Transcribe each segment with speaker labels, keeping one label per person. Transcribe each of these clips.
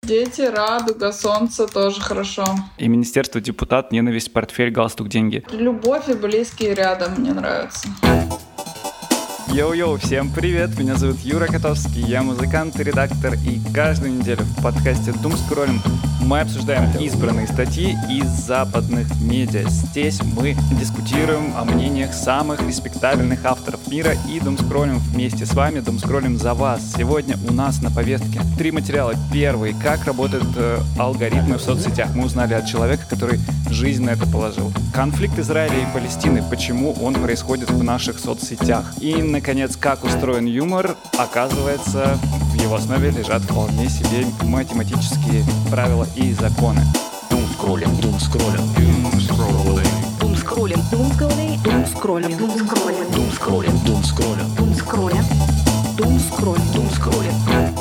Speaker 1: Дети, радуга, солнце тоже хорошо.
Speaker 2: И министерство, депутат, ненависть, портфель, галстук, деньги.
Speaker 1: Любовь и близкие рядом мне нравятся.
Speaker 2: Йоу-йоу, всем привет, меня зовут Юра Котовский, я музыкант и редактор, и каждую неделю в подкасте «Думскроллинг» мы обсуждаем избранные статьи из западных медиа. Здесь мы дискутируем о мнениях самых респектабельных авторов мира и думскроллим вместе с вами, думскроллим за вас. Сегодня у нас на повестке 3 материала. Первый, как работают алгоритмы в соцсетях. Мы узнали от человека, который жизнь на это положил. Конфликт Израиля и Палестины, почему он происходит в наших соцсетях. И, наконец, как устроен юмор. Оказывается, в его основе лежат вполне себе математические правила и законы.
Speaker 3: Думскроллинг, думскроллинг, думскроллинг, думскроллинг, думскроллинг, думскроллинг, думскроллинг, думскроллинг, думскроллинг, думскроллинг, думскроллинг.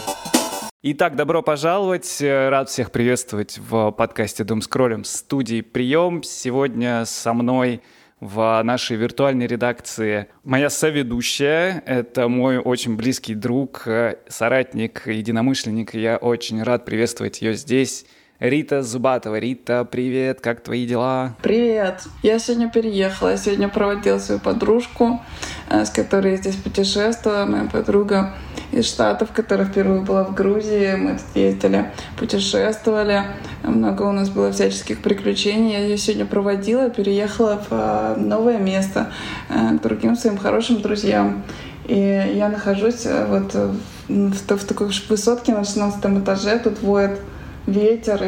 Speaker 2: Итак, добро пожаловать. Рад всех приветствовать в подкасте «Думскроллим» в студии «Прием». Сегодня со мной в нашей виртуальной редакции моя соведущая. Это мой очень близкий друг, соратник, единомышленник. Я очень рад приветствовать ее здесь. Рита Зубатова. Рита, привет, как твои дела?
Speaker 1: Привет. Я сегодня переехала. Я сегодня проводила свою подружку, с которой я здесь путешествовала. Моя подруга из Штатов, которая впервые была в Грузии. Мы тут ездили, путешествовали. Много у нас было всяческих приключений. Я ее сегодня проводила, переехала в новое место к другим своим хорошим друзьям. И я нахожусь вот в такой высотке на 16 этаже. Тут воет ветер,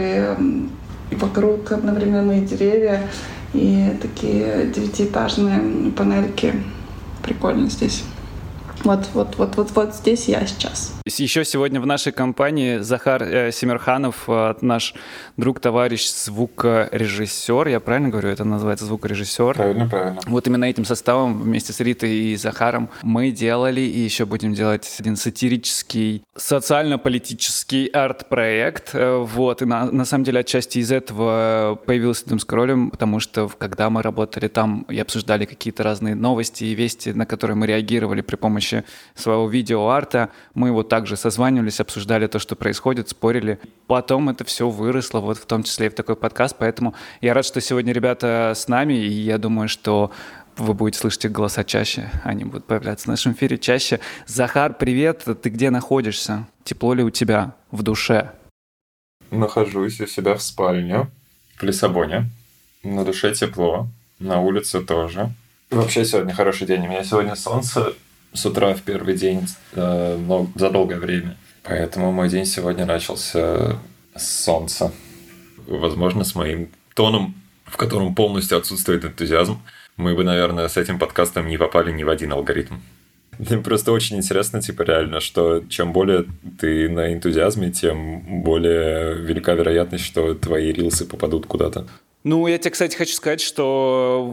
Speaker 1: и вокруг одновременные деревья, и такие 9-этажные панельки. Прикольно здесь. Вот здесь я сейчас.
Speaker 2: Еще сегодня в нашей компании Захар Семерханов, наш друг, товарищ, звукорежиссер. Я правильно говорю, это называется звукорежиссер?
Speaker 4: Правильно.
Speaker 2: Вот именно этим составом вместе с Ритой и Захаром мы делали и еще будем делать один сатирический, социально-политический арт-проект. Вот. И на самом деле отчасти из этого появился Думскроллим, потому что когда мы работали там и обсуждали какие-то разные новости и вести, на которые мы реагировали при помощи своего видеоарта, мы вот также созванивались, обсуждали то, что происходит, спорили. Потом это все выросло, вот в том числе и в такой подкаст, поэтому я рад, что сегодня ребята с нами, и я думаю, что вы будете слышать их голоса чаще, они будут появляться в нашем эфире чаще. Захар, привет, ты где находишься? Тепло ли у тебя в душе?
Speaker 4: Нахожусь у себя в спальне в Лиссабоне. На душе тепло, на улице тоже. Вообще сегодня хороший день. У меня сегодня солнце с утра в первый день за долгое время. Поэтому мой день сегодня начался с солнца. Возможно, с моим тоном, в котором полностью отсутствует энтузиазм, мы бы, наверное, с этим подкастом не попали ни в один алгоритм. Мне просто очень интересно, реально, что чем более ты на энтузиазме, тем более велика вероятность, что твои рилсы попадут куда-то.
Speaker 2: Ну, я тебе, кстати, хочу сказать, что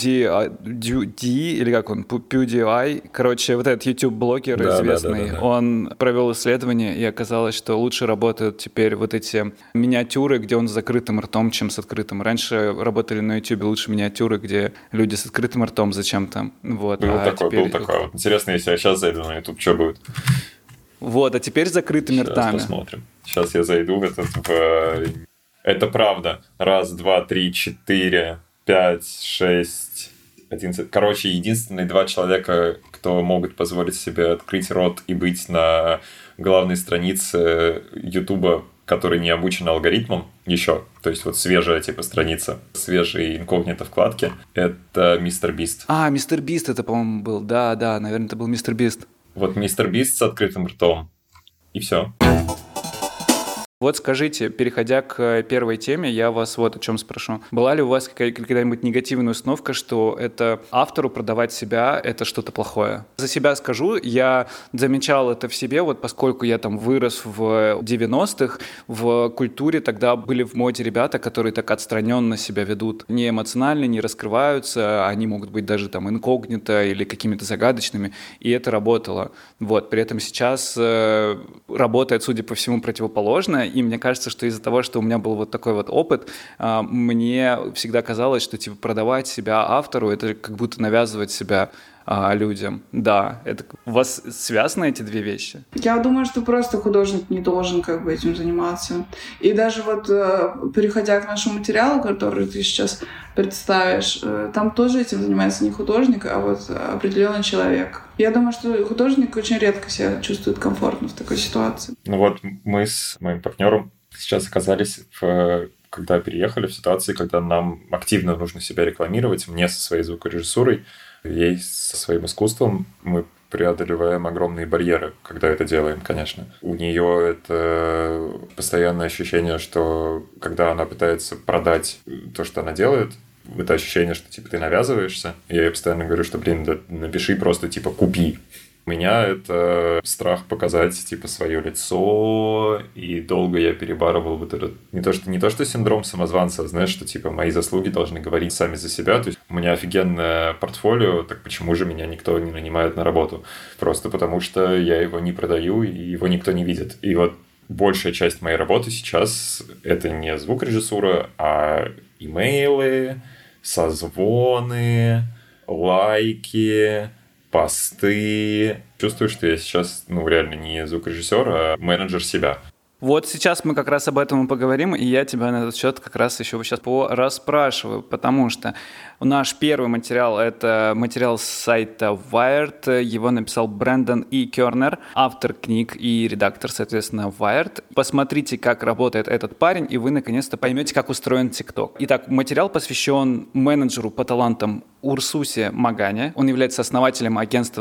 Speaker 2: PewDiePie, короче, вот этот YouTube-блогер известный,
Speaker 4: да.
Speaker 2: Он провел исследование, и оказалось, что лучше работают теперь вот эти миниатюры, где он с закрытым ртом, чем с открытым. Раньше работали на YouTube лучше миниатюры, где люди с открытым ртом зачем-то. Вот.
Speaker 4: Был такой. Интересно, если я сейчас зайду на YouTube, что будет?
Speaker 2: Вот, а теперь с закрытыми ртами.
Speaker 4: Сейчас посмотрим. Сейчас я зайду в... Это правда. 1, 2, 3, 4, 5, 6, 11. Короче, единственные 2 человека, кто могут позволить себе открыть рот и быть на главной странице Ютуба, который не обучен алгоритмом еще. То есть вот свежая страница, свежие инкогнито вкладки. Это Мистер Бист.
Speaker 2: Мистер Бист это, по-моему, был. Да, наверное, это был Мистер Бист.
Speaker 4: Вот Мистер Бист с открытым ртом. И все.
Speaker 2: Вот скажите, переходя к первой теме, я вас вот о чем спрошу. Была ли у вас когда-нибудь негативная установка, что это автору продавать себя – это что-то плохое? За себя скажу, я замечал это в себе, вот поскольку я там вырос в 90-х, в культуре тогда были в моде ребята, которые так отстраненно себя ведут, не эмоционально, не раскрываются, они могут быть даже там инкогнито или какими-то загадочными, и это работало. Вот, при этом сейчас работает, судя по всему, противоположно. И мне кажется, что из-за того, что у меня был вот такой вот опыт, мне всегда казалось, что продавать себя автору — это как будто навязывать себя людям. Да, это у вас связаны эти две вещи?
Speaker 1: Я думаю, что просто художник не должен этим заниматься. И даже переходя к нашему материалу, который ты сейчас представишь, там тоже этим занимается не художник, а определенный человек. Я думаю, что художник очень редко себя чувствует комфортно в такой ситуации.
Speaker 4: Мы с моим партнером сейчас оказались когда переехали, в ситуации, когда нам активно нужно себя рекламировать, мне со своей звукорежиссурой, ей со своим искусством. Мы преодолеваем огромные барьеры, когда это делаем, конечно. У нее это постоянное ощущение, что когда она пытается продать то, что она делает, это ощущение, что ты навязываешься. Я ей постоянно говорю, что, да напиши просто, купи. У меня это страх показать, свое лицо, и долго я перебарывал этот... Не то, что синдром самозванца, знаешь, что, мои заслуги должны говорить сами за себя. То есть у меня офигенное портфолио, так почему же меня никто не нанимает на работу? Просто потому что я его не продаю, и его никто не видит. И большая часть моей работы сейчас — это не звукорежиссура, а имейлы, созвоны, лайки, посты. Чувствую, что я сейчас, реально не звукорежиссер, а менеджер себя.
Speaker 2: Вот сейчас мы как раз об этом и поговорим, и я тебя на этот счет как раз еще сейчас порасспрашиваю, потому что наш первый материал — это материал с сайта Wired, его написал Брэндон И. Кернер, автор книг и редактор, соответственно, Wired. Посмотрите, как работает этот парень, и вы наконец-то поймете, как устроен TikTok. Итак, материал посвящен менеджеру по талантам Урсусе Магане. Он является основателем агентства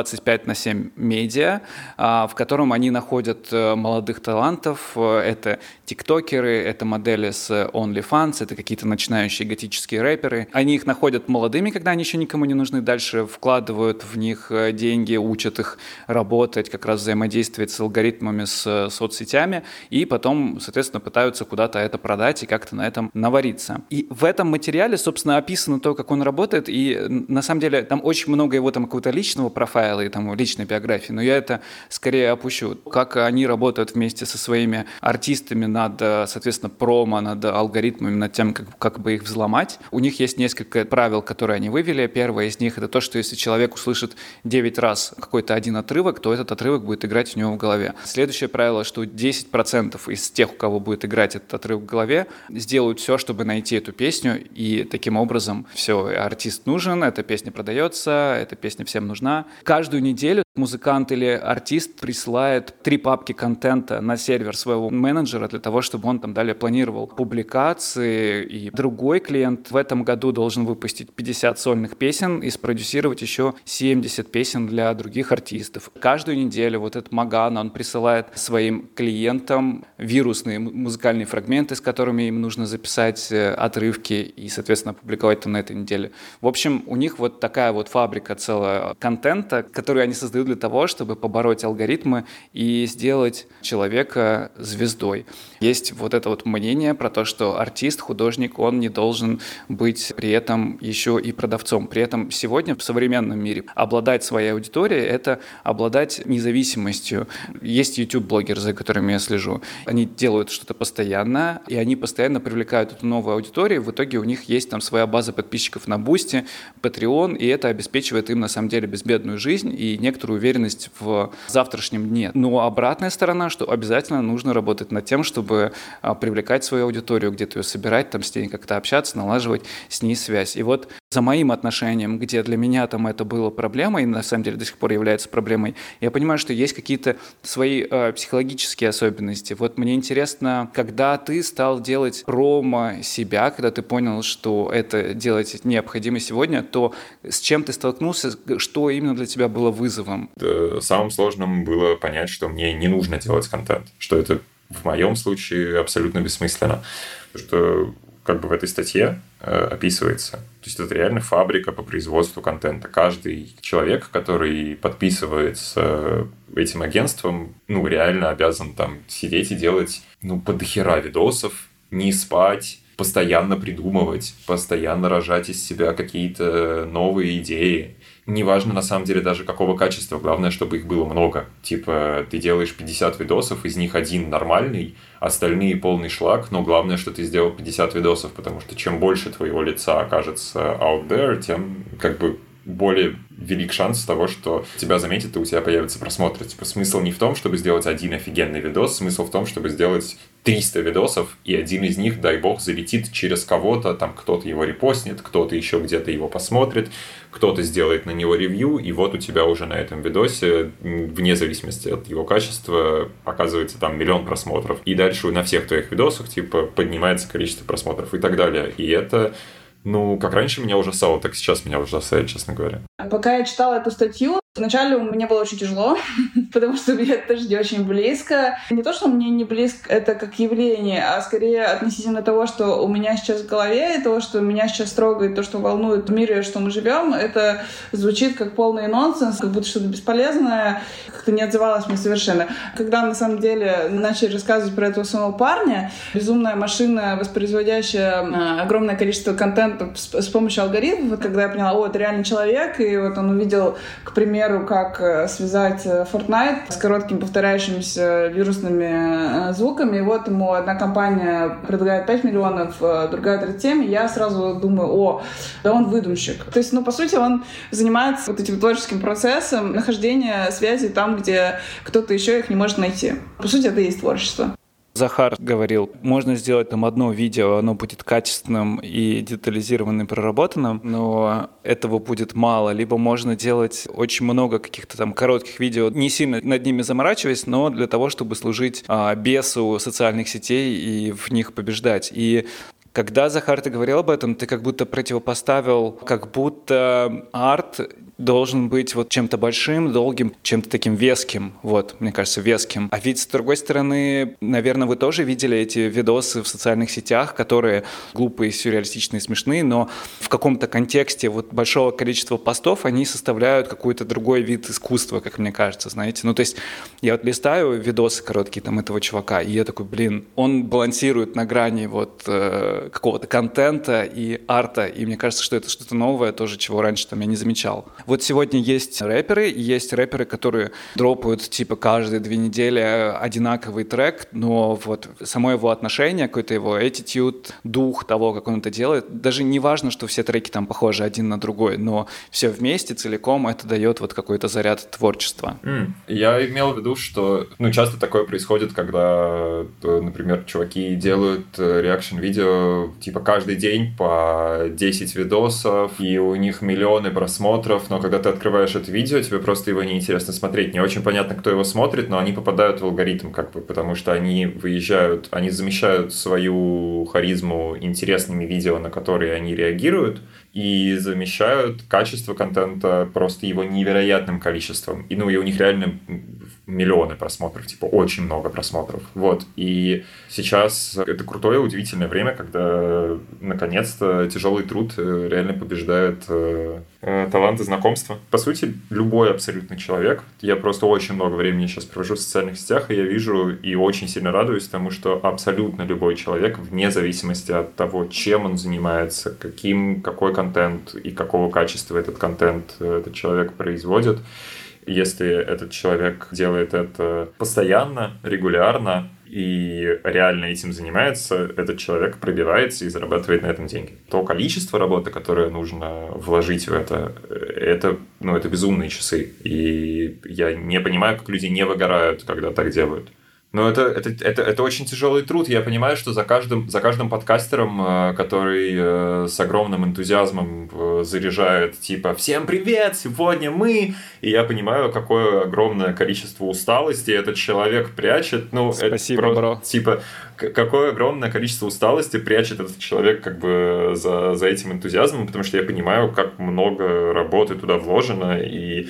Speaker 2: 25/7 Media, в котором они находят молодых талантов. Это тиктокеры, это модели с OnlyFans, это какие-то начинающие готические рэперы. Они их находят молодыми, когда они еще никому не нужны, дальше вкладывают в них деньги, учат их работать, как раз взаимодействовать с алгоритмами, с соцсетями, и потом, соответственно, пытаются куда-то это продать и как-то на этом навариться. И в этом материале, собственно, описано то, как он работает, и на самом деле там очень много его какого-то личного профайла и личной биографии, но я это скорее опущу. Как они работают вместе со своими артистами над, соответственно, промо, над алгоритмами, над тем, как бы их взломать. У них есть несколько правил, которые они вывели. Первое из них — это то, что если человек услышит 9 раз какой-то один отрывок, то этот отрывок будет играть у него в голове. Следующее правило, что 10% из тех, у кого будет играть этот отрывок в голове, сделают все, чтобы найти эту песню, и таким образом все, артист нужен, эта песня продается, эта песня всем нужна. Каждую неделю музыкант или артист присылает 3 папки контента на сервер своего менеджера для того, чтобы он там далее планировал публикации. И другой клиент в этом году должен выпустить 50 сольных песен и спродюсировать еще 70 песен для других артистов. Каждую неделю этот Маган, он присылает своим клиентам вирусные музыкальные фрагменты, с которыми им нужно записать отрывки и, соответственно, опубликовать там на этой неделе. В общем, у них такая фабрика целая контента, которую они создают для того, чтобы побороть алгоритмы и сделать человека звездой. Есть это мнение про то, что артист, художник, он не должен быть при этом еще и продавцом. При этом сегодня в современном мире обладать своей аудиторией — это обладать независимостью. Есть YouTube-блогеры, за которыми я слежу. Они делают что-то постоянно, и они постоянно привлекают эту новую аудиторию. В итоге у них есть там своя база подписчиков на Boosty, Patreon, и это обеспечивает им на самом деле безбедную жизнь и некоторую уверенность в завтрашнем дне. Но обратная сторона, что обязательно нужно работать над тем, чтобы привлекать свою аудиторию, где-то ее собирать, там с ней как-то общаться, налаживать с ней связь. И за моим отношением, где для меня там это было проблемой, и на самом деле до сих пор является проблемой, я понимаю, что есть какие-то свои психологические особенности. Мне интересно, когда ты стал делать промо себя, когда ты понял, что это делать необходимо сегодня, то с чем ты столкнулся, что именно для тебя было вызовом?
Speaker 4: Самым сложным было понять, что мне не нужно делать контент, что это в моем случае абсолютно бессмысленно. Потому что в этой статье описывается. То есть это реально фабрика по производству контента. Каждый человек, который подписывается этим агентством, реально обязан там сидеть и делать по дохера видосов, не спать, постоянно придумывать, постоянно рожать из себя какие-то новые идеи. Неважно, на самом деле, даже какого качества. Главное, чтобы их было много. Ты делаешь 50 видосов, из них один нормальный, остальные полный шлак, но главное, что ты сделал 50 видосов, потому что чем больше твоего лица окажется out there, тем более велик шанс того, что тебя заметят и у тебя появятся просмотры. Типа смысл не в том, чтобы сделать один офигенный видос, смысл в том, чтобы сделать 300 видосов, и один из них, дай бог, залетит через кого-то, там кто-то его репостнет, кто-то еще где-то его посмотрит, кто-то сделает на него ревью, и вот у тебя уже на этом видосе, вне зависимости от его качества, оказывается там 1 000 000 просмотров. И дальше на всех твоих видосах, типа, поднимается количество просмотров и так далее. И это, ну, как раньше меня ужасало, так сейчас меня ужасает, честно говоря.
Speaker 1: Пока я читала эту статью, вначале мне было очень тяжело, потому что мне это тоже не очень близко. Не то, что мне не близко это как явление, а скорее относительно того, что у меня сейчас в голове, и того, что меня сейчас трогает, то, что волнует в мире, что мы живем, это звучит как полный нонсенс, как будто что-то бесполезное, как-то не отзывалось мне совершенно. Когда на самом деле начали рассказывать про этого самого парня, безумная машина, воспроизводящая огромное количество контента с помощью алгоритмов, когда я поняла, это реальный человек, и вот он увидел, к примеру, как связать Fortnite с короткими повторяющимися вирусными звуками. И вот ему одна компания предлагает 5 миллионов, другая 37, и я сразу думаю, да он выдумщик. То есть, по сути, он занимается вот этим творческим процессом нахождения связей там, где кто-то еще их не может найти. По сути, это и есть творчество.
Speaker 2: Захар говорил, можно сделать там одно видео, оно будет качественным и детализированным, проработанным, но этого будет мало. Либо можно делать очень много каких-то там коротких видео, не сильно над ними заморачиваясь, но для того, чтобы служить бесу социальных сетей и в них побеждать. И когда, Захар, ты говорил об этом, ты как будто противопоставил, как будто арт должен быть вот чем-то большим, долгим, чем-то таким веским, мне кажется, веским. А ведь, с другой стороны, наверное, вы тоже видели эти видосы в социальных сетях, которые глупые, сюрреалистичные, смешные, но в каком-то контексте большого количества постов они составляют какой-то другой вид искусства, как мне кажется, знаете. То есть я листаю видосы короткие там этого чувака, и я такой, он балансирует на грани какого-то контента и арта, и мне кажется, что это что-то новое тоже, чего раньше там я не замечал. Вот сегодня есть рэперы, которые дропают типа каждые 2 недели одинаковый трек, но само его отношение, какой-то его attitude, дух того, как он это делает, даже не важно, что все треки там похожи один на другой, но все вместе, целиком это дает какой-то заряд творчества.
Speaker 4: Я имел в виду, что часто такое происходит, когда, например, чуваки делают реакшн-видео типа каждый день по 10 видосов, и у них миллионы просмотров, но когда ты открываешь это видео, тебе просто его неинтересно смотреть. Не очень понятно, кто его смотрит, но они попадают в алгоритм, потому что они замещают свою харизму интересными видео, на которые они реагируют, и замещают качество контента просто его невероятным количеством. И у них реально миллионы просмотров, типа очень много просмотров. И сейчас это крутое, удивительное время, когда наконец-то тяжелый труд реально побеждает талант и знакомство. По сути, любой абсолютно человек. Я просто очень много времени сейчас провожу в социальных сетях, и я вижу и очень сильно радуюсь тому, что абсолютно любой человек, вне зависимости от того, чем он занимается, какой контент и какого качества этот контент этот человек производит, если этот человек делает это постоянно, регулярно и реально этим занимается, этот человек пробивается и зарабатывает на этом деньги. То количество работы, которое нужно вложить в это безумные часы. И я не понимаю, как люди не выгорают, когда так делают. Но это очень тяжелый труд. Я понимаю, что за каждым подкастером, который с огромным энтузиазмом заряжает, типа, «Всем привет! Сегодня мы!» И я понимаю, какое огромное количество усталости этот человек прячет.
Speaker 2: Спасибо, бро.
Speaker 4: Типа, какое огромное количество усталости прячет этот человек за этим энтузиазмом, потому что я понимаю, как много работы туда вложено, и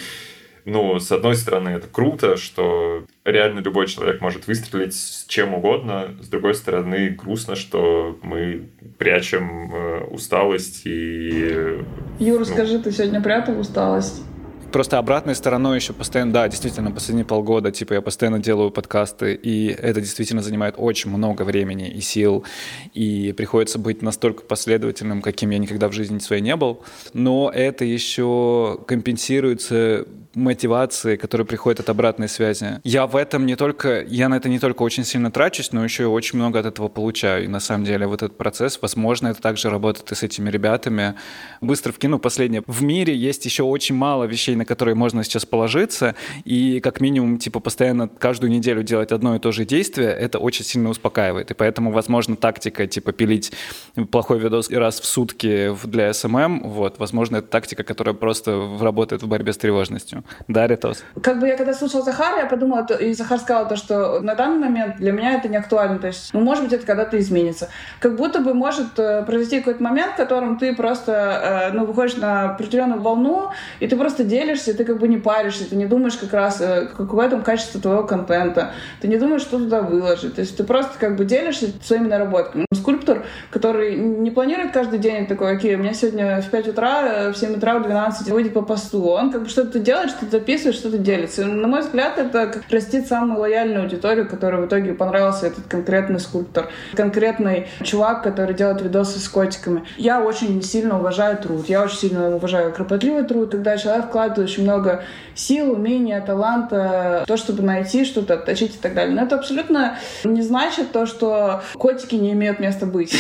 Speaker 4: с одной стороны, это круто, что реально любой человек может выстрелить с чем угодно. С другой стороны, грустно, что мы прячем усталость и...
Speaker 1: Юра, скажи, ты сегодня прятал усталость?
Speaker 2: Просто обратной стороной еще постоянно, действительно, последние полгода, я постоянно делаю подкасты, и это действительно занимает очень много времени и сил, и приходится быть настолько последовательным, каким я никогда в жизни своей не был. Но это еще компенсируется мотивации, которая приходит от обратной связи. Я на это не только очень сильно трачусь, но еще и очень много от этого получаю. И на самом деле вот этот процесс, возможно, это также работает и с этими ребятами. Быстро вкину последнее. В мире есть еще очень мало вещей, на которые можно сейчас положиться, и как минимум, постоянно каждую неделю делать одно и то же действие, это очень сильно успокаивает. И поэтому, возможно, тактика, пилить плохой видос раз в сутки для СММ, возможно, это тактика, которая просто работает в борьбе с тревожностью. Да, Ритос?
Speaker 1: Я когда слушала Захара, я подумала, и Захар сказал то, что на данный момент для меня это не актуально. То есть, может быть, это когда-то изменится. Как будто бы может произойти какой-то момент, в котором ты просто выходишь на определенную волну, и ты просто делишься, и ты не паришься, ты не думаешь как раз, какое там качество твоего контента, ты не думаешь, что туда выложить. То есть ты просто делишься своими наработками. Скульптор, который не планирует каждый день такой, окей, у меня сегодня в 5 утра, в 7 утра, в 12 выйдет по посту. Он что-то делает, что-то записывает, что-то делится. И, на мой взгляд, это растит самую лояльную аудиторию, которой в итоге понравился этот конкретный скульптор, конкретный чувак, который делает видосы с котиками. Я очень сильно уважаю труд, я очень сильно уважаю кропотливый труд, когда человек вкладывает очень много сил, умения, таланта, то, чтобы найти что-то, отточить и так далее. Но это абсолютно не значит то, что котики не имеют места быть.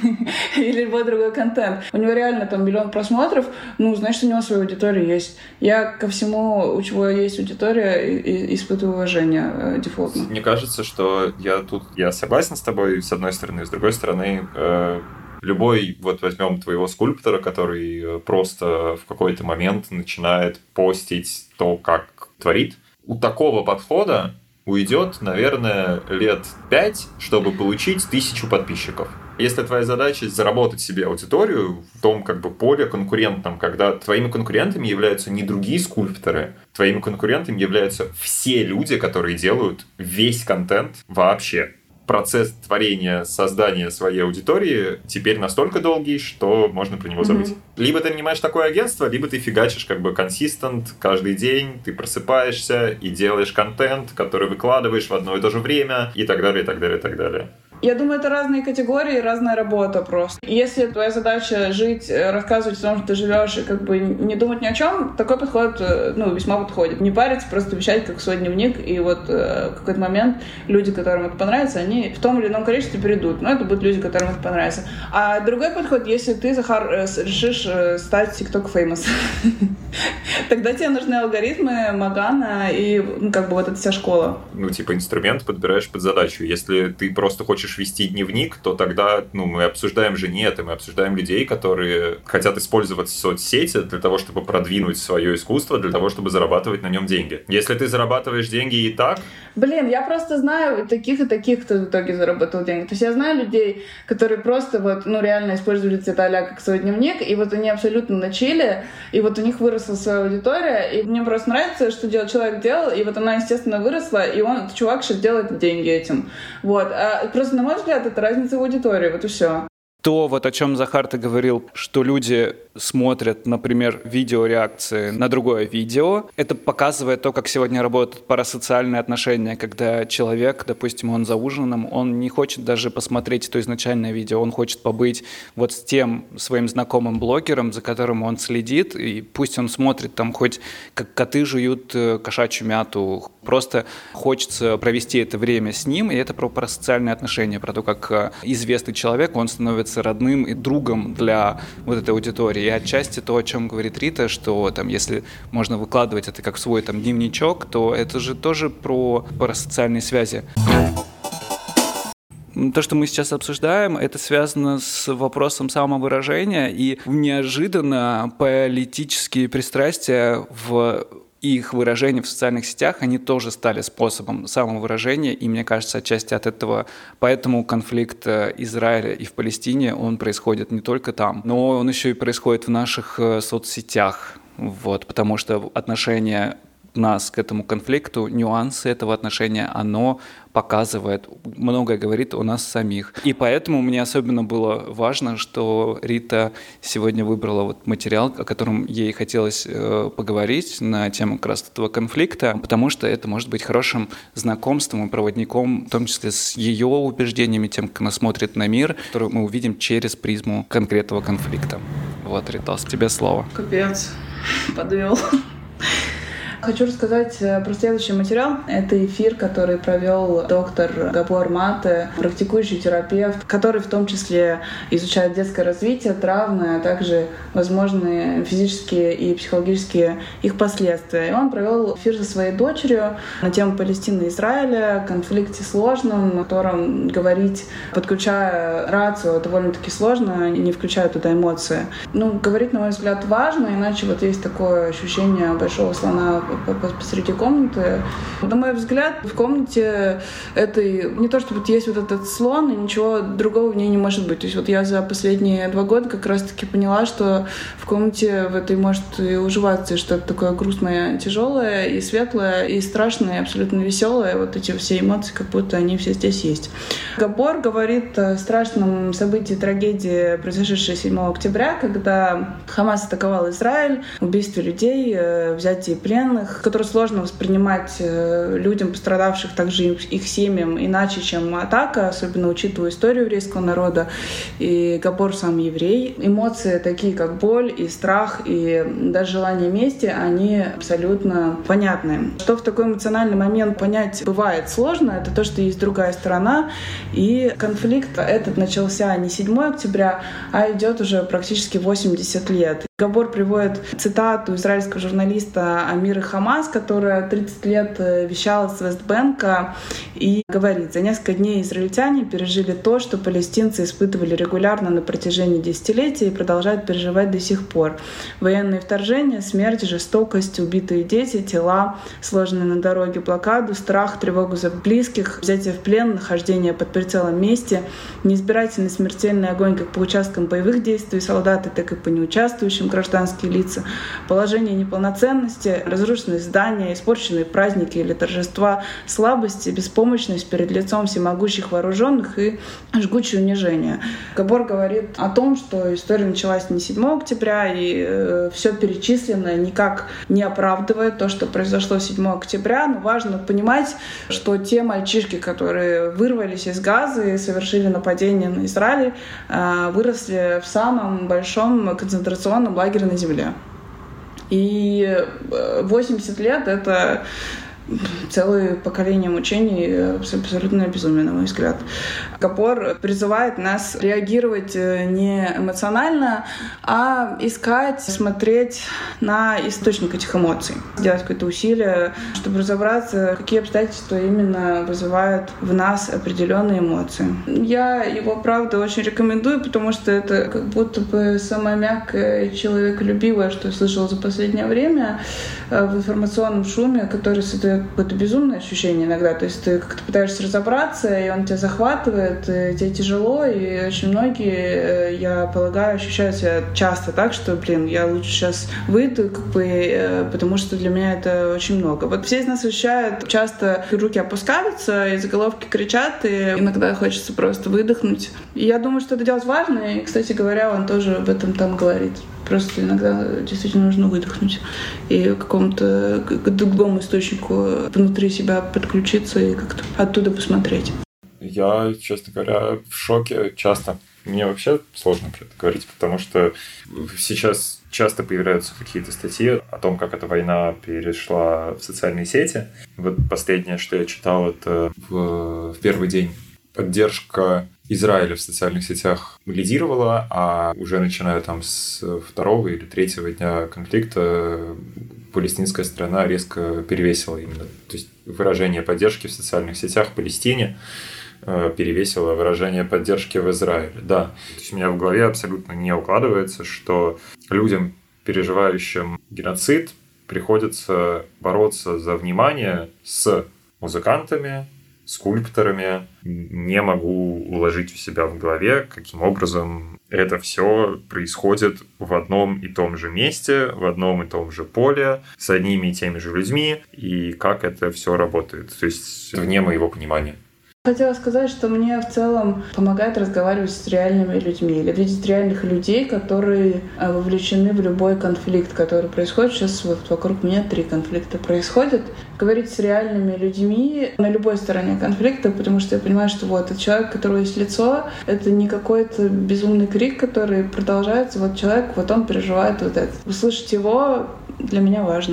Speaker 1: Или любой другой контент. У него реально 1 миллион просмотров, значит, у него своя аудитория есть. Я ко всему, у чего есть аудитория, испытываю уважение дефолтно.
Speaker 4: Мне кажется, что я согласен с тобой, с одной стороны, с другой стороны, любой, возьмем твоего скульптора, который просто в какой-то момент начинает постить то, как творит. У такого подхода уйдет, наверное, лет 5, чтобы получить 1000 подписчиков. Если твоя задача заработать себе аудиторию в том поле конкурентном, когда твоими конкурентами являются не другие скульпторы, твоими конкурентами являются все люди, которые делают весь контент вообще. Процесс творения, создания своей аудитории теперь настолько долгий, что можно про него забыть. Либо ты нанимаешь такое агентство, либо ты фигачишь консистент каждый день, ты просыпаешься и делаешь контент, который выкладываешь в одно и то же время, и так далее, и так далее, и так далее.
Speaker 1: Я думаю, это разные категории, разная работа просто. Если твоя задача жить, рассказывать о том, что ты живешь, и не думать ни о чем, такой подход, весьма подходит. Не париться, просто вещать как свой дневник, и в какой-то момент люди, которым это понравится, они в том или ином количестве перейдут. Но это будут люди, которым это понравится. А другой подход, если ты, Захар, решишь стать TikTok famous, тогда тебе нужны алгоритмы, Магана и эта вся школа.
Speaker 4: Инструмент подбираешь под задачу. Если ты просто хочешь вести дневник, то тогда мы обсуждаем же не это, мы обсуждаем людей, которые хотят использовать соцсети для того, чтобы продвинуть свое искусство, для того, чтобы зарабатывать на нем деньги. Если ты зарабатываешь деньги и так...
Speaker 1: Я просто знаю таких и таких, кто в итоге заработал деньги. То есть я знаю людей, которые просто реально использовали это а-ля как свой дневник, и они абсолютно на чиле, и у них выросла своя аудитория, и мне просто нравится, что человек делал, и она, естественно, выросла, и этот чувак сейчас делает деньги этим. Просто, на мой взгляд, это разница в аудитории, и все.
Speaker 2: То, о чем Захар ты говорил, что люди смотрят, например, видеореакции на другое видео, это показывает то, как сегодня работают парасоциальные отношения, когда человек, допустим, он за ужином, он не хочет даже посмотреть то изначальное видео, он хочет побыть с тем своим знакомым блогером, за которым он следит, и пусть он смотрит хоть как коты жуют кошачью мяту, просто хочется провести это время с ним, и это про парасоциальные отношения, про то, как известный человек, он становится родным и другом для этой аудитории. И отчасти то, о чем говорит Рита, что если можно выкладывать это как свой дневничок, то это же тоже про парасоциальные связи. То, что мы сейчас обсуждаем, это связано с вопросом самовыражения, и неожиданно политические пристрастия в их выражения в социальных сетях, они тоже стали способом самовыражения, и мне кажется, отчасти от этого, поэтому конфликт Израиля и в Палестине, он происходит не только там, но он еще и происходит в наших соцсетях, потому что отношение нас к этому конфликту, нюансы этого отношения, оно показывает, многое говорит о нас самих. И поэтому мне особенно было важно, что Рита сегодня выбрала материал, о котором ей хотелось поговорить на тему как раз этого конфликта, потому что это может быть хорошим знакомством и проводником, в том числе с ее убеждениями, тем, как она смотрит на мир, который мы увидим через призму конкретного конфликта. Ритос, тебе слово.
Speaker 1: Капец, подвел. Хочу рассказать про следующий материал. Это эфир, который провел доктор Габор Мате, практикующий терапевт, который в том числе изучает детское развитие, травмы, а также возможные физические и психологические их последствия. И он провел эфир со своей дочерью на тему Палестины и Израиля, конфликте сложном, о котором говорить, подключая рацию, довольно-таки сложно, не включая туда эмоции. Говорить, на мой взгляд, важно, иначе вот есть такое ощущение большого слона посреди комнаты. На мой взгляд, в комнате этой не то, что вот есть вот этот слон, и ничего другого в ней не может быть. То есть вот я за последние 2 года как раз-таки поняла, что в комнате в этой может и уживаться что-то такое грустное, тяжелое, и светлое, и страшное, и абсолютно веселое. Вот эти все эмоции, как будто они все здесь есть. Габор говорит о страшном событии, трагедии, произошедшей 7 октября, когда Хамас атаковал Израиль, убийстве людей, взятие пленных, которые сложно воспринимать людям, пострадавших, также их семьям, иначе, чем атака, особенно учитывая историю еврейского народа. И Габор сам еврей. Эмоции такие, как боль и страх, и даже желание мести, они абсолютно понятны. Что в такой эмоциональный момент понять бывает сложно, это то, что есть другая сторона, и конфликт этот начался не 7 октября, а идет уже практически 80 лет. Габор приводит цитату израильского журналиста Амиры Хамас, которая 30 лет вещала с Вестбэнка, и говорит: «За несколько дней израильтяне пережили то, что палестинцы испытывали регулярно на протяжении десятилетий и продолжают переживать до сих пор. Военные вторжения, смерть, жестокость, убитые дети, тела, сложенные на дороге, блокаду, страх, тревогу за близких, взятие в плен, нахождение под прицелом мести, неизбирательный смертельный огонь как по участкам боевых действий солдаты, так и по неучаствующим гражданские лица, положение неполноценности, разрушенные здания, испорченные праздники или торжества, слабость и беспомощность перед лицом всемогущих вооруженных и жгучее унижение». Габор говорит о том, что история началась не 7 октября, и все перечисленное никак не оправдывает то, что произошло 7 октября. Но важно понимать, что те мальчишки, которые вырвались из Газы и совершили нападение на Израиль, выросли в самом большом концентрационном лагере на земле. И 80 лет — это целое поколение мучений, абсолютно безумие, на мой взгляд. Габор призывает нас реагировать не эмоционально, а искать, смотреть на источник этих эмоций. Делать какое-то усилие, чтобы разобраться, какие обстоятельства именно вызывают в нас определенные эмоции. Я его, правда, очень рекомендую, потому что это как будто бы самое мягкое и человеколюбивое, что я слышала за последнее время в информационном шуме, который создает какое-то безумное ощущение иногда. То есть ты как-то пытаешься разобраться, и он тебя захватывает, и тебе тяжело, и очень многие, я полагаю, ощущают себя часто так, что, я лучше сейчас выйду, потому что для меня это очень много. Вот все из нас ощущают, часто руки опускаются, и заголовки кричат, и иногда хочется просто выдохнуть. И я думаю, что это делать важно, и, кстати говоря, он тоже об этом там говорит. Просто иногда действительно нужно выдохнуть и к какому-то другому источнику внутри себя подключиться и как-то оттуда посмотреть.
Speaker 4: Я, честно говоря, в шоке часто. Мне вообще сложно про это говорить, потому что сейчас часто появляются какие-то статьи о том, как эта война перешла в социальные сети. Вот последнее, что я читал, это в первый день поддержка Израиля в социальных сетях лидировала, а уже начиная с 2-го или 3-го дня конфликта палестинская сторона резко перевесила именно. То есть выражение поддержки в социальных сетях Палестине перевесило выражение поддержки в Израиле. Да, то есть у меня в голове абсолютно не укладывается, что людям, переживающим геноцид, приходится бороться за внимание с музыкантами, скульпторами. Не могу уложить у себя в голове, каким образом это все происходит в одном и том же месте, в одном и том же поле, с одними и теми же людьми, и как это все работает. То есть вне моего понимания.
Speaker 1: Хотела сказать, что мне в целом помогает разговаривать с реальными людьми или видеть реальных людей, которые вовлечены в любой конфликт, который происходит. Сейчас вот вокруг меня 3 конфликта происходят. Говорить с реальными людьми на любой стороне конфликта, потому что я понимаю, что вот этот человек, у которого есть лицо, это не какой-то безумный крик, который продолжается. Вот человек, вот он переживает вот это. Услышать его для меня важно.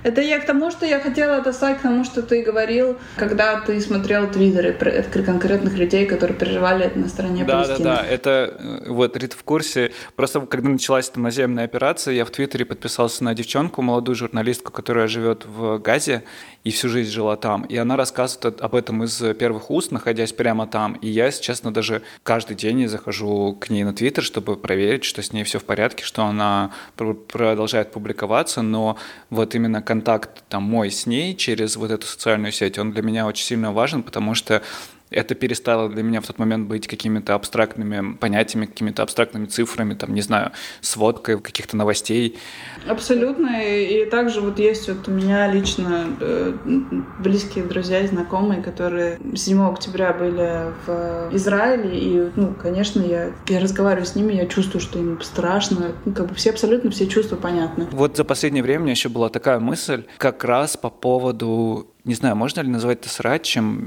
Speaker 1: Это я к тому, что я хотела отослать к тому, что ты говорил, когда ты смотрел твиттеры конкретных людей, которые переживали это на стороне Палестины.
Speaker 2: Да, это вот Рита в курсе. Просто когда началась эта наземная операция, я в твиттере подписался на девчонку, молодую журналистку, которая живет в Газе и всю жизнь жила там. И она рассказывает об этом из первых уст, находясь прямо там. И я, если честно, даже каждый день захожу к ней на твиттер, чтобы проверить, что с ней все в порядке, что она продолжает публиковаться, но вот именно контакт там мой с ней через вот эту социальную сеть, он для меня очень сильно важен, потому что это перестало для меня в тот момент быть какими-то абстрактными понятиями, какими-то абстрактными цифрами, там, не знаю, сводкой каких-то новостей.
Speaker 1: Абсолютно. И также вот есть вот у меня лично близкие друзья и знакомые, которые 7 октября были в Израиле, и, конечно, я разговариваю с ними, я чувствую, что им страшно. Абсолютно все чувства понятны.
Speaker 2: Вот за последнее время у меня еще была такая мысль, как раз по поводу, не знаю, можно ли назвать это срачами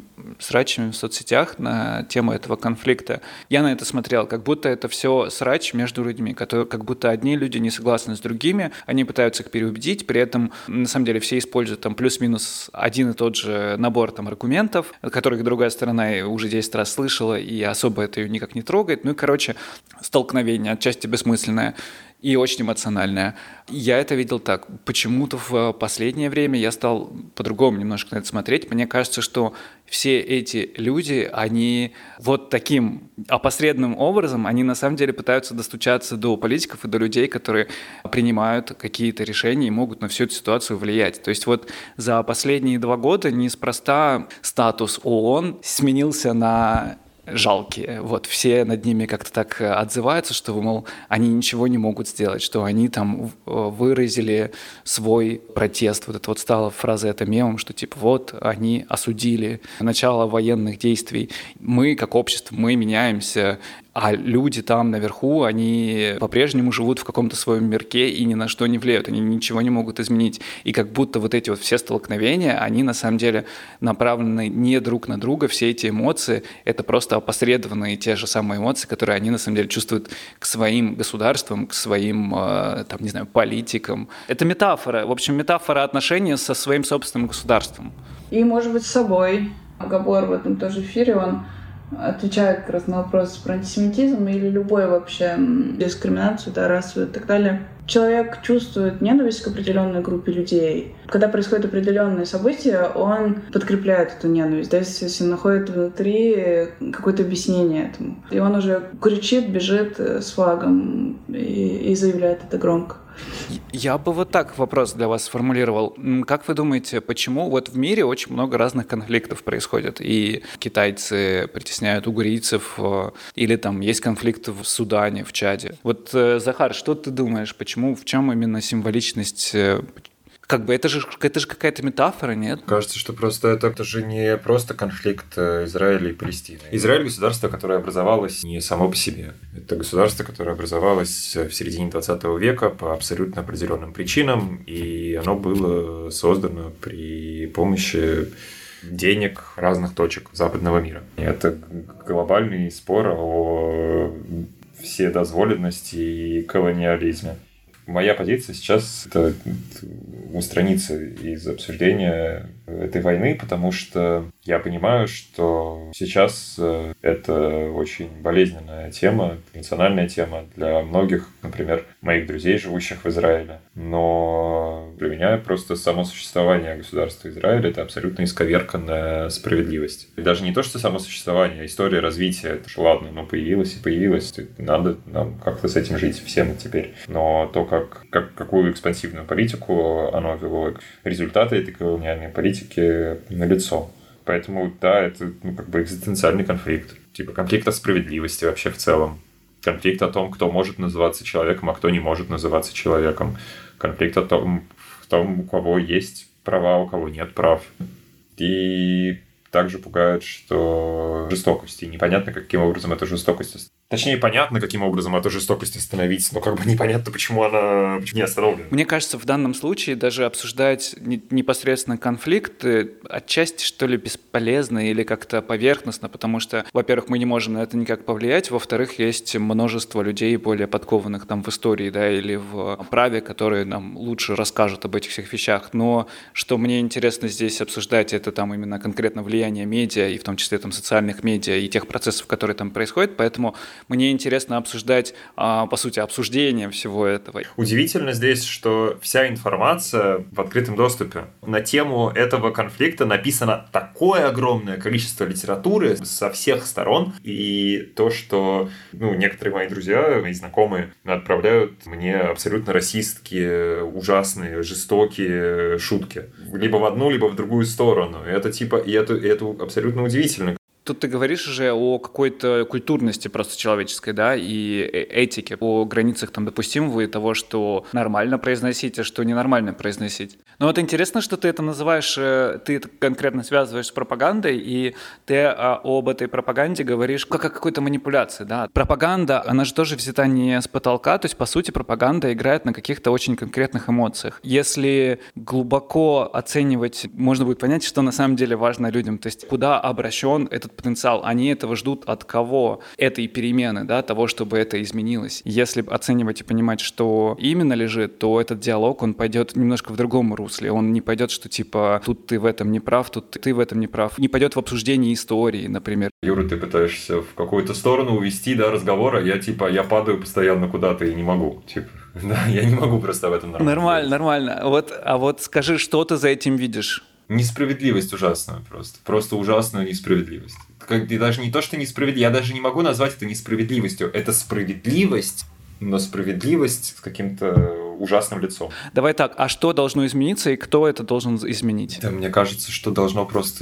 Speaker 2: в соцсетях на тему этого конфликта. Я на это смотрел, как будто это все срач между людьми, как будто одни люди не согласны с другими, они пытаются их переубедить, при этом, на самом деле, все используют там плюс-минус один и тот же набор там аргументов, которых другая сторона уже 10 раз слышала, и особо это ее никак не трогает. Столкновение, отчасти бессмысленное и очень эмоциональное. Я это видел так. Почему-то в последнее время я стал по-другому немножко на это смотреть. Мне кажется, что все эти люди, они вот таким опосредованным образом, они на самом деле пытаются достучаться до политиков и до людей, которые принимают какие-то решения и могут на всю эту ситуацию влиять. То есть вот за последние 2 года неспроста статус ООН сменился на жалкие. Вот все над ними как-то так отзываются, что, мол, они ничего не могут сделать, что они там выразили свой протест. Вот это вот стала фраза это мемом, что типа вот они осудили начало военных действий. Мы, как общество, мы меняемся, а люди там наверху, они по-прежнему живут в каком-то своем мирке и ни на что не влияют, они ничего не могут изменить. И как будто вот эти вот все столкновения, они на самом деле направлены не друг на друга, все эти эмоции, это просто опосредованные те же самые эмоции, которые они на самом деле чувствуют к своим государствам, к своим, там, не знаю, политикам. Это метафора, в общем, метафора отношения со своим собственным государством.
Speaker 1: И, может быть, с собой. Габор в этом тоже эфире, он отвечает как раз на вопрос про антисемитизм или любой вообще дискриминацию, расовую и так далее. Человек чувствует ненависть к определенной группе людей. Когда происходят определенные события, он подкрепляет эту ненависть, если находит внутри какое-то объяснение этому. И он уже кричит, бежит с флагом и заявляет это громко.
Speaker 2: Я бы вот так вопрос для вас сформулировал. Как вы думаете, почему вот в мире очень много разных конфликтов происходит? И китайцы притесняют угурийцев, или там есть конфликты в Судане, в Чаде. Вот, Захар, что ты думаешь, почему, в чем именно символичность? Как бы это же какая-то метафора, нет?
Speaker 4: Кажется, что просто это же не просто конфликт Израиля и Палестины. Израиль — государство, которое образовалось не само по себе. Это государство, которое образовалось в середине 20 века по абсолютно определенным причинам, и оно было создано при помощи денег разных точек западного мира. И это глобальный спор о вседозволенности и колониализме. Моя позиция сейчас — это устраниться из обсуждения этой войны, потому что я понимаю, что сейчас это очень болезненная тема, национальная тема для многих, например, моих друзей, живущих в Израиле. Но для меня просто само существование государства Израиля — это абсолютно исковерканная справедливость. И даже не то, что само существование, а история развития. Это же ладно, но появилось и появилось. Надо нам как-то с этим жить всем теперь. Но то, какую экспансивную политику оно вело, результаты этой колониальной политики налицо. Поэтому, да, это экзистенциальный конфликт. Типа конфликт о справедливости вообще в целом. Конфликт о том, кто может называться человеком, а кто не может называться человеком. Конфликт о том, у кого есть права, у кого нет прав. И также пугает, что жестокость. И непонятно, каким образом эта жестокость Точнее, понятно, каким образом эту жестокость остановить, но как бы непонятно, почему она не остановлена.
Speaker 2: Мне кажется, в данном случае даже обсуждать непосредственно конфликты отчасти, что ли, бесполезно или как-то поверхностно, потому что, во-первых, мы не можем на это никак повлиять, во-вторых, есть множество людей, более подкованных там в истории, да, или в праве, которые нам лучше расскажут об этих всех вещах. Но что мне интересно здесь обсуждать, это там именно конкретно влияние медиа, и в том числе там социальных медиа, и тех процессов, которые там происходят, поэтому мне интересно обсуждать, по сути, обсуждение всего этого.
Speaker 4: Удивительно здесь, что вся информация в открытом доступе. На тему этого конфликта написано такое огромное количество литературы со всех сторон. И то, что некоторые мои друзья, мои знакомые отправляют мне абсолютно расистские, ужасные, жестокие шутки. Либо в одну, либо в другую сторону. Это абсолютно удивительно.
Speaker 2: Тут ты говоришь уже о какой-то культурности просто человеческой, да, и этике, о границах там допустимого и того, что нормально произносить, а что ненормально произносить. Но вот интересно, что ты это называешь, ты это конкретно связываешь с пропагандой, и ты об этой пропаганде говоришь как о какой-то манипуляции, да. Пропаганда, она же тоже взята не с потолка, то есть, по сути, пропаганда играет на каких-то очень конкретных эмоциях. Если глубоко оценивать, можно будет понять, что на самом деле важно людям, то есть куда обращен этот потенциал, они этого ждут от кого? Этой перемены, да, того, чтобы это изменилось. Если оценивать и понимать, что именно лежит, то этот диалог, он пойдет немножко в другом русле. Он не пойдет, что типа тут ты в этом не прав, тут ты в этом не прав. Не пойдет в обсуждение истории, например.
Speaker 4: Юра, ты пытаешься в какую-то сторону увести, да, разговор, а я падаю постоянно куда-то и не могу. Да, я не могу просто в этом нормально.
Speaker 2: Нормально. А вот скажи, что ты за этим видишь?
Speaker 4: Несправедливость ужасная просто. Просто ужасная несправедливость. И даже не то, что несправедливость. Я даже не могу назвать это несправедливостью. Это справедливость, но справедливость с каким-то ужасным лицом.
Speaker 2: Давай так, а что должно измениться и кто это должен изменить?
Speaker 4: Да, мне кажется, что должно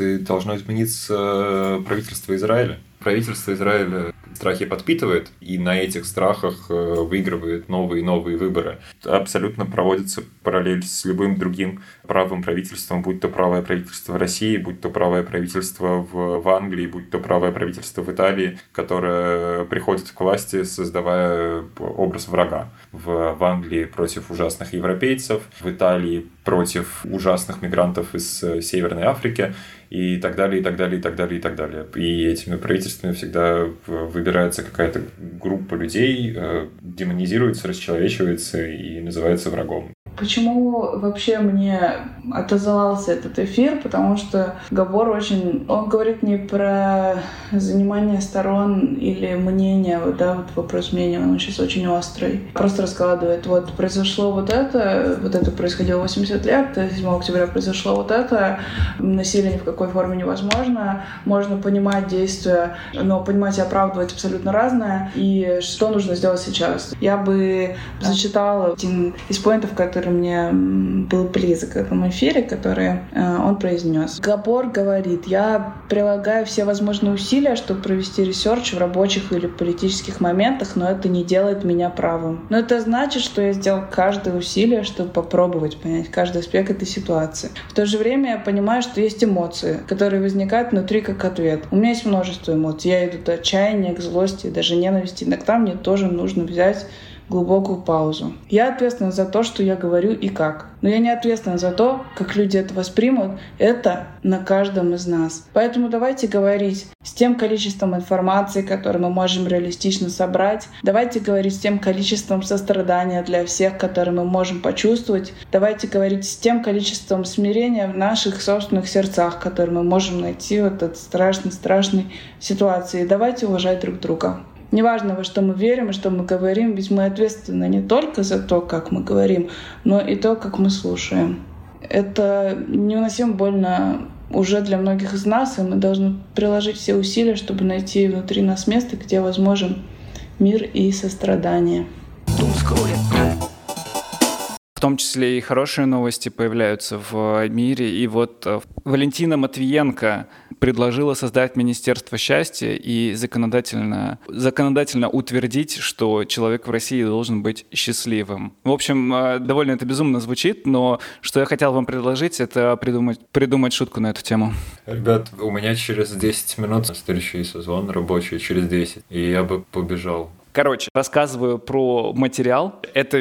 Speaker 4: измениться правительство Израиля. Правительство Израиля страхи подпитывает, и на этих страхах выигрывает новые и новые выборы. Абсолютно проводится параллель с любым другим правым правительством, будь то правое правительство в России, будь то правое правительство в Англии, будь то правое правительство в Италии, которое приходит к власти, создавая образ врага. В Англии против ужасных европейцев, в Италии против ужасных мигрантов из Северной Африки, и так далее, и так далее, и так далее, и так далее. И этими правительствами всегда выбирается какая-то группа людей, демонизируется, расчеловечивается и называется врагом.
Speaker 1: Почему вообще мне отозвался этот эфир? Потому что Габор он говорит не про занимание сторон или мнение, вопрос мнения, он сейчас очень острый. Просто раскладывает, произошло вот это происходило 80 лет, 7 октября произошло вот это, насилие ни в какой форме невозможно, можно понимать действия, но понимать и оправдывать абсолютно разное, и что нужно сделать сейчас. Я бы зачитала один из поинтов, который мне был близок в этом эфире, который он произнес. Габор говорит: я прилагаю все возможные усилия, чтобы провести ресерч в рабочих или политических моментах, но это не делает меня правым. Но это значит, что я сделал каждое усилие, чтобы попробовать понять каждый аспект этой ситуации. В то же время я понимаю, что есть эмоции, которые возникают внутри как ответ. У меня есть множество эмоций. Я иду от отчаяния, к злости, даже ненависти. Иногда мне тоже нужно взять глубокую паузу. Я ответственна за то, что я говорю и как. Но я не ответственна за то, как люди это воспримут. Это на каждом из нас. Поэтому давайте говорить с тем количеством информации, которое мы можем реалистично собрать. Давайте говорить с тем количеством сострадания для всех, которое мы можем почувствовать. Давайте говорить с тем количеством смирения в наших собственных сердцах, которые мы можем найти в этой страшной ситуации. Давайте уважать друг друга. Неважно, во что мы верим и что мы говорим, ведь мы ответственны не только за то, как мы говорим, но и то, как мы слушаем. Это невыносимо больно уже для многих из нас, и мы должны приложить все усилия, чтобы найти внутри нас место, где возможен мир и сострадание.
Speaker 2: том числе и хорошие новости появляются в мире. И вот Валентина Матвиенко предложила создать Министерство счастья и законодательно утвердить, что человек в России должен быть счастливым. В общем, довольно это безумно звучит, но что я хотел вам предложить, это придумать шутку на эту тему.
Speaker 4: Ребят, у меня через 10 минут следующий сезон рабочий, через 10, и я бы побежал.
Speaker 2: Короче, рассказываю про материал. Это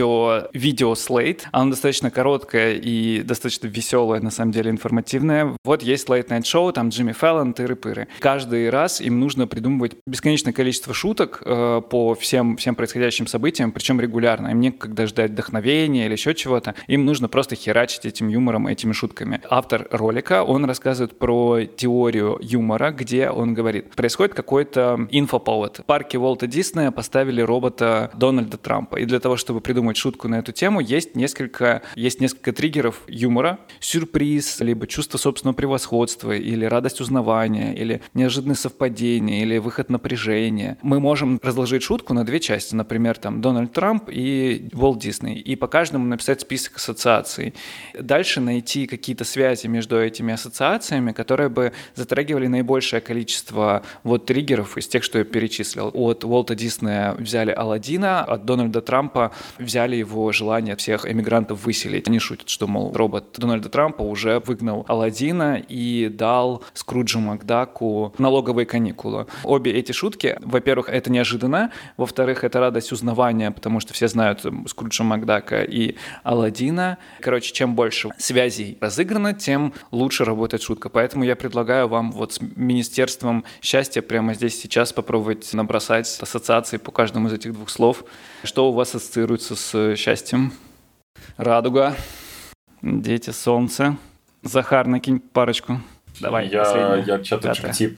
Speaker 2: видео слейт. Оно достаточно короткое и достаточно веселое, на самом деле информативное. Вот есть Late Night Show, там Джимми Фэллон, тыры-пыры. Каждый раз им нужно придумывать бесконечное количество шуток по всем происходящим событиям, причем регулярно. Им некогда ждать вдохновения или еще чего-то. Им нужно просто херачить этим юмором, этими шутками. Автор ролика, он рассказывает про теорию юмора, где он говорит, происходит какой-то инфоповод. В парке Уолта Диснея поставили робота Дональда Трампа. И для того, чтобы придумать шутку на эту тему, есть несколько триггеров юмора. Сюрприз, либо чувство собственного превосходства, или радость узнавания, или неожиданное совпадение, или выход напряжения. Мы можем разложить шутку на две части. Например, там Дональд Трамп и Уолт Дисней. И по каждому написать список ассоциаций. Дальше найти какие-то связи между этими ассоциациями, которые бы затрагивали наибольшее количество триггеров из тех, что я перечислил. От Уолта Диснея взяли Аладдина, от Дональда Трампа взяли его желание всех эмигрантов выселить. Они шутят, что, мол, робот Дональда Трампа уже выгнал Аладдина и дал Скруджу Макдаку налоговые каникулы. Обе эти шутки, во-первых, это неожиданно, во-вторых, это радость узнавания, потому что все знают Скруджа Макдака и Аладдина. Короче, чем больше связей разыграно, тем лучше работает шутка. Поэтому я предлагаю вам с Министерством счастья прямо здесь сейчас попробовать набросать ассоциации по каждому из этих двух слов. Что у вас ассоциируется с счастьем? Радуга, дети, солнце. Захар, накинь парочку. Давай,
Speaker 4: я чат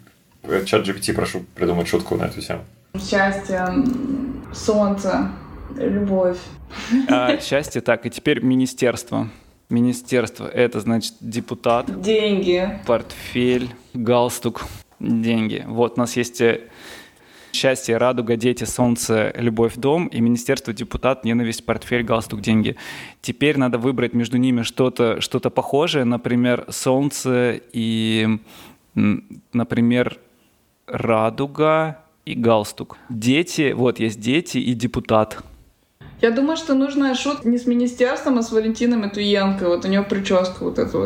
Speaker 4: GPT прошу придумать шутку на эту тему.
Speaker 1: Счастье, солнце, любовь.
Speaker 2: Счастье, так, и теперь министерство. Министерство — это, значит, депутат.
Speaker 1: Деньги.
Speaker 2: Портфель, галстук, деньги. Вот у нас есть... Счастье, радуга, дети, солнце, любовь, дом, и министерство, депутат, ненависть, портфель, галстук, деньги. Теперь надо выбрать между ними что-то похожее, например, солнце и, например, радуга и галстук. Дети, есть дети и депутат.
Speaker 1: Я думаю, что нужна шутка не с министерством, а с Валентиной Матвиенко. У нее прическа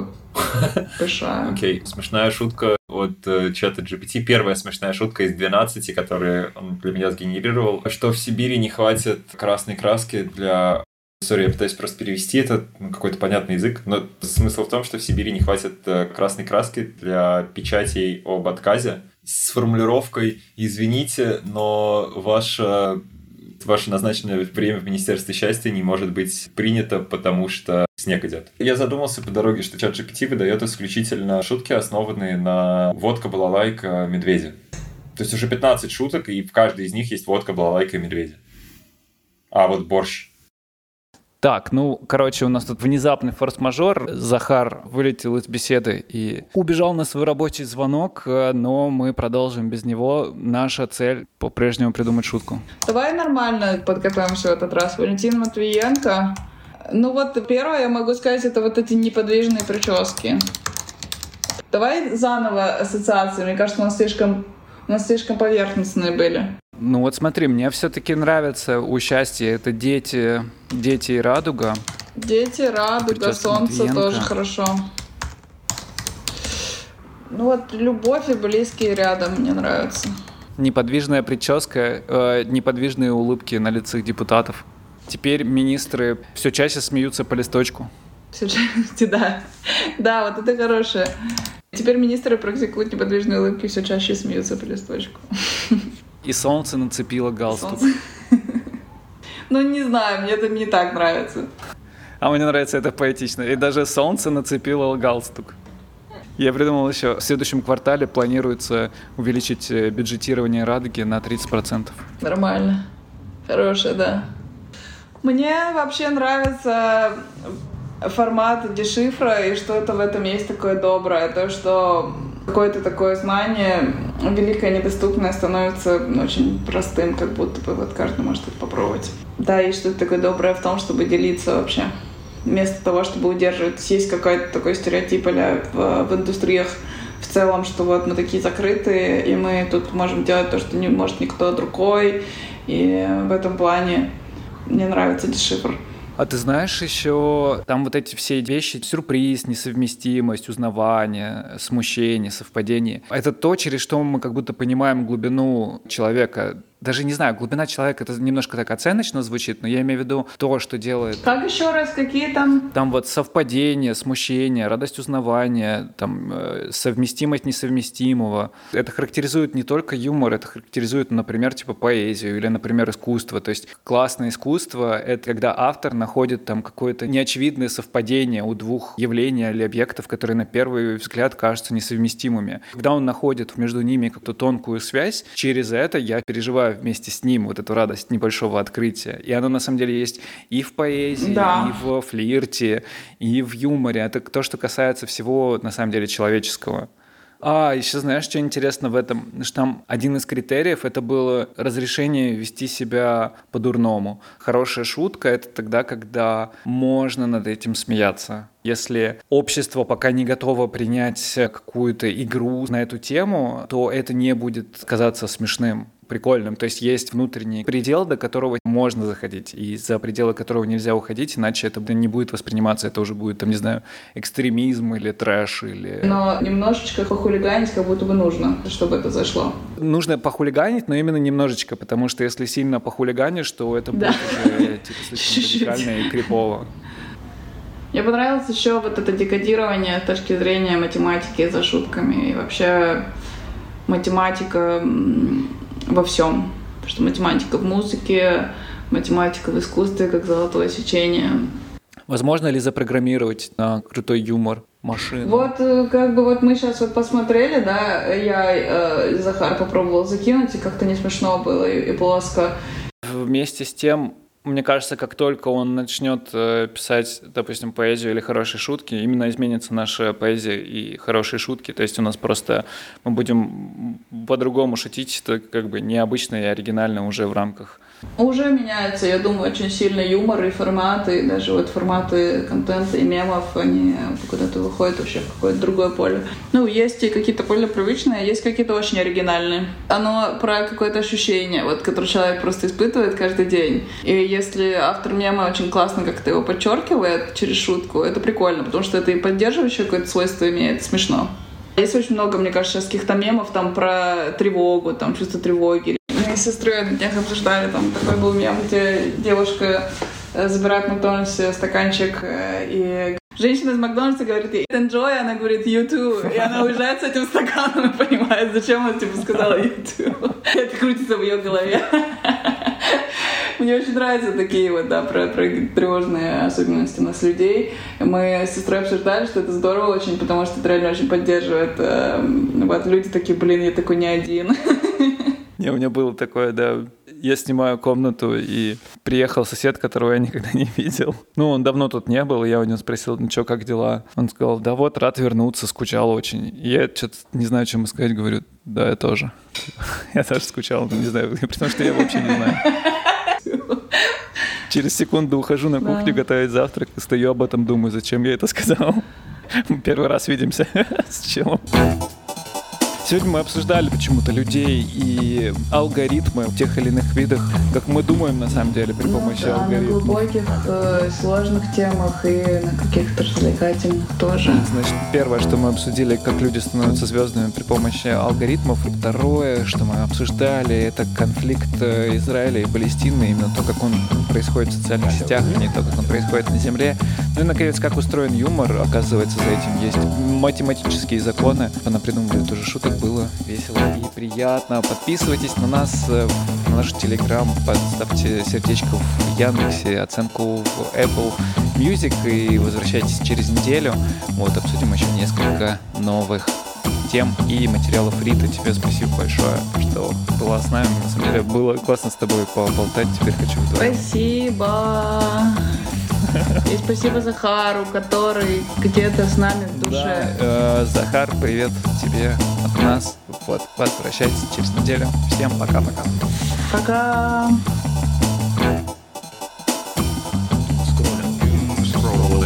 Speaker 1: большая.
Speaker 4: Окей, смешная шутка от чата GPT. Первая смешная шутка из 12, которые он для меня сгенерировал. Что в Сибири не хватит красной краски для... я пытаюсь просто перевести это на какой-то понятный язык, но смысл в том, что в Сибири не хватит красной краски для печатей об отказе с формулировкой «Извините, но ваше назначенное время в Министерстве счастья не может быть принято, потому что снег идет». Я задумался по дороге, что чат GPT выдает исключительно шутки, основанные на водка, балалайка, медведи. То есть уже 15 шуток, и в каждой из них есть водка, балалайка и медведи. А вот борщ.
Speaker 2: Так, у нас тут внезапный форс-мажор. Захар вылетел из беседы и убежал на свой рабочий звонок, но мы продолжим без него. Наша цель — по-прежнему придумать шутку.
Speaker 1: Давай нормально подготовимся в этот раз. Валентина Матвиенко. Первое, я могу сказать, это эти неподвижные прически. Давай заново ассоциации. Мне кажется, у нас слишком поверхностные были.
Speaker 2: Смотри, мне все-таки нравится у счастья это дети и радуга.
Speaker 1: Дети, радуга, прическа солнце Матвиенко. Тоже хорошо. Любовь и близкие рядом мне нравятся. Неподвижная
Speaker 2: прическа, неподвижные улыбки на лицах депутатов. Теперь министры все чаще смеются по листочку.
Speaker 1: Все чаще, да. Да, это хорошее. Теперь министры практикуют неподвижные улыбки, все чаще смеются по листочку.
Speaker 2: И солнце нацепило галстук.
Speaker 1: Не знаю, мне это не так нравится.
Speaker 2: А мне нравится это поэтично. И даже солнце нацепило галстук. Я придумал еще, в следующем квартале планируется увеличить бюджетирование радуги на 30%.
Speaker 1: Нормально. Хорошее, да. Мне вообще нравится формат дешифра, и что-то в этом есть такое доброе. То, что какое-то такое знание великое, недоступное становится очень простым, как будто бы каждый может это попробовать. Да, и что-то такое доброе в том, чтобы делиться вообще. вместо того, чтобы удерживать. Есть какой-то такой стереотип в индустриях в целом, что вот мы такие закрытые, и мы тут можем делать то, что не может никто другой. И в этом плане мне нравится Дешифр.
Speaker 2: А ты знаешь еще, там вот эти все вещи, сюрприз, несовместимость, узнавание, смущение, совпадение. Это то, через что мы как будто понимаем глубину человека. Даже не знаю, глубина человека, это немножко так оценочно звучит, но я имею в виду то, что делает...
Speaker 1: Как еще раз, какие там...
Speaker 2: Там вот совпадение, смущение, радость узнавания, там совместимость несовместимого. Это характеризует не только юмор, это характеризует, например, типа поэзию или, например, искусство. То есть классное искусство — это когда автор находит там какое-то неочевидное совпадение у двух явлений или объектов, которые на первый взгляд кажутся несовместимыми. Когда он находит между ними какую-то тонкую связь, через это я переживаю вместе с ним вот эту радость небольшого открытия. И оно на самом деле есть и в поэзии,
Speaker 1: да,
Speaker 2: и в флирте, и в юморе. Это то, что касается всего на самом деле человеческого. Еще знаешь, что интересно в этом? Что там один из критериев — это было разрешение вести себя по-дурному. Хорошая шутка — это тогда, когда можно над этим смеяться. Если общество пока не готово принять какую-то игру на эту тему, то это не будет казаться смешным, прикольным. То есть есть внутренний предел, до которого можно заходить, и за пределы которого нельзя уходить, иначе это не будет восприниматься, это уже будет, там, не знаю, экстремизм или трэш, или...
Speaker 1: Но немножечко похулиганить как будто бы нужно, чтобы это зашло.
Speaker 2: Нужно похулиганить, но именно немножечко, потому что если сильно похулиганишь, то это будет уже типа слишком радикально и крипово.
Speaker 1: Мне понравилось еще вот это декодирование с точки зрения математики за шутками. И вообще математика во всем. Потому что математика в музыке, математика в искусстве, как золотое сечение.
Speaker 2: Возможно ли запрограммировать на крутой юмор машину?
Speaker 1: Вот как бы вот мы сейчас вот посмотрели, да, я Захар попробовал закинуть, и как-то не смешно было и плоско.
Speaker 2: Вместе с тем, мне кажется, как только он начнет писать, допустим, поэзию или хорошие шутки, именно изменится наша поэзия и хорошие шутки. То есть у нас просто мы будем по-другому шутить, это как бы необычно и оригинально уже в рамках.
Speaker 1: Уже меняется, я думаю, очень сильно юмор и форматы, и даже вот форматы контента и мемов, они куда-то выходят вообще в какое-то другое поле. Ну, есть и какие-то более привычные, есть какие-то очень оригинальные. Оно про какое-то ощущение, вот, которое человек просто испытывает каждый день. И если автор мема очень классно как-то его подчеркивает через шутку, это прикольно, потому что это и поддерживающее какое-то свойство имеет, смешно. Есть очень много, мне кажется, сейчас каких-то мемов там про тревогу, там чувство тревоги. Мы с сестрой на днях обсуждали, там такой был мем, где девушка забирает в Макдональдсе стаканчик, и женщина из Макдональдса говорит ей «enjoy», она говорит «you too», и она уезжает с этим стаканом и понимает, зачем она типа сказала «you too». Это крутится в ее голове. Мне очень нравятся такие вот, да, про тревожные особенности у нас людей. Мы с сестрой обсуждали, что это здорово очень, потому что это реально очень поддерживает. Вот люди такие, блин, я такой не один.
Speaker 2: У меня было такое, да, я снимаю комнату, и приехал сосед, которого я никогда не видел. Ну, он давно тут не был, и я у него спросил, ну что, как дела? Он сказал, да вот, рад вернуться, скучал очень. И я что-то не знаю, что ему сказать, говорю, да, я тоже. Я тоже скучал, не знаю, потому что я вообще не знаю. Через секунду ухожу на кухню готовить завтрак, и стою об этом, думаю, зачем я это сказал. Мы первый раз видимся с челом. Сегодня мы обсуждали почему-то людей и алгоритмы в тех или иных видах, как мы думаем на самом деле при помощи алгоритмов.
Speaker 1: На глубоких, сложных темах и на каких-то развлекательных тоже.
Speaker 2: Значит, первое, что мы обсудили, как люди становятся звездами при помощи алгоритмов. И второе, что мы обсуждали, это конфликт Израиля и Палестины, именно то, как он происходит в социальных сетях, а не то, как он происходит на земле. Ну и, наконец, как устроен юмор. Оказывается, за этим есть математические законы. Понапридумывали тоже шуток. Было весело и приятно. Подписывайтесь на нас, на наш Telegram, поставьте сердечко в Яндексе, оценку в Apple Music и возвращайтесь через неделю. Вот, обсудим еще несколько новых тем и материалов. Рита, тебе спасибо большое, что была с нами. На самом деле было классно с тобой поболтать. Теперь хочу вдвоем.
Speaker 1: Спасибо. И спасибо Захару, который где-то с нами в душе.
Speaker 2: Да, Захар, привет тебе от нас. Вот, возвращайтесь через неделю. Всем пока-пока.
Speaker 1: Пока.
Speaker 3: Скроллинг.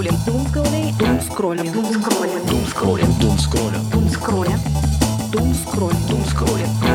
Speaker 3: скроллим, дум скроллим, дум скроллим, дум скроллим, дум скроллим,
Speaker 4: Дум скроллим.
Speaker 3: дум скроллим, дум скроллим, дум скроллим, дум скроллим.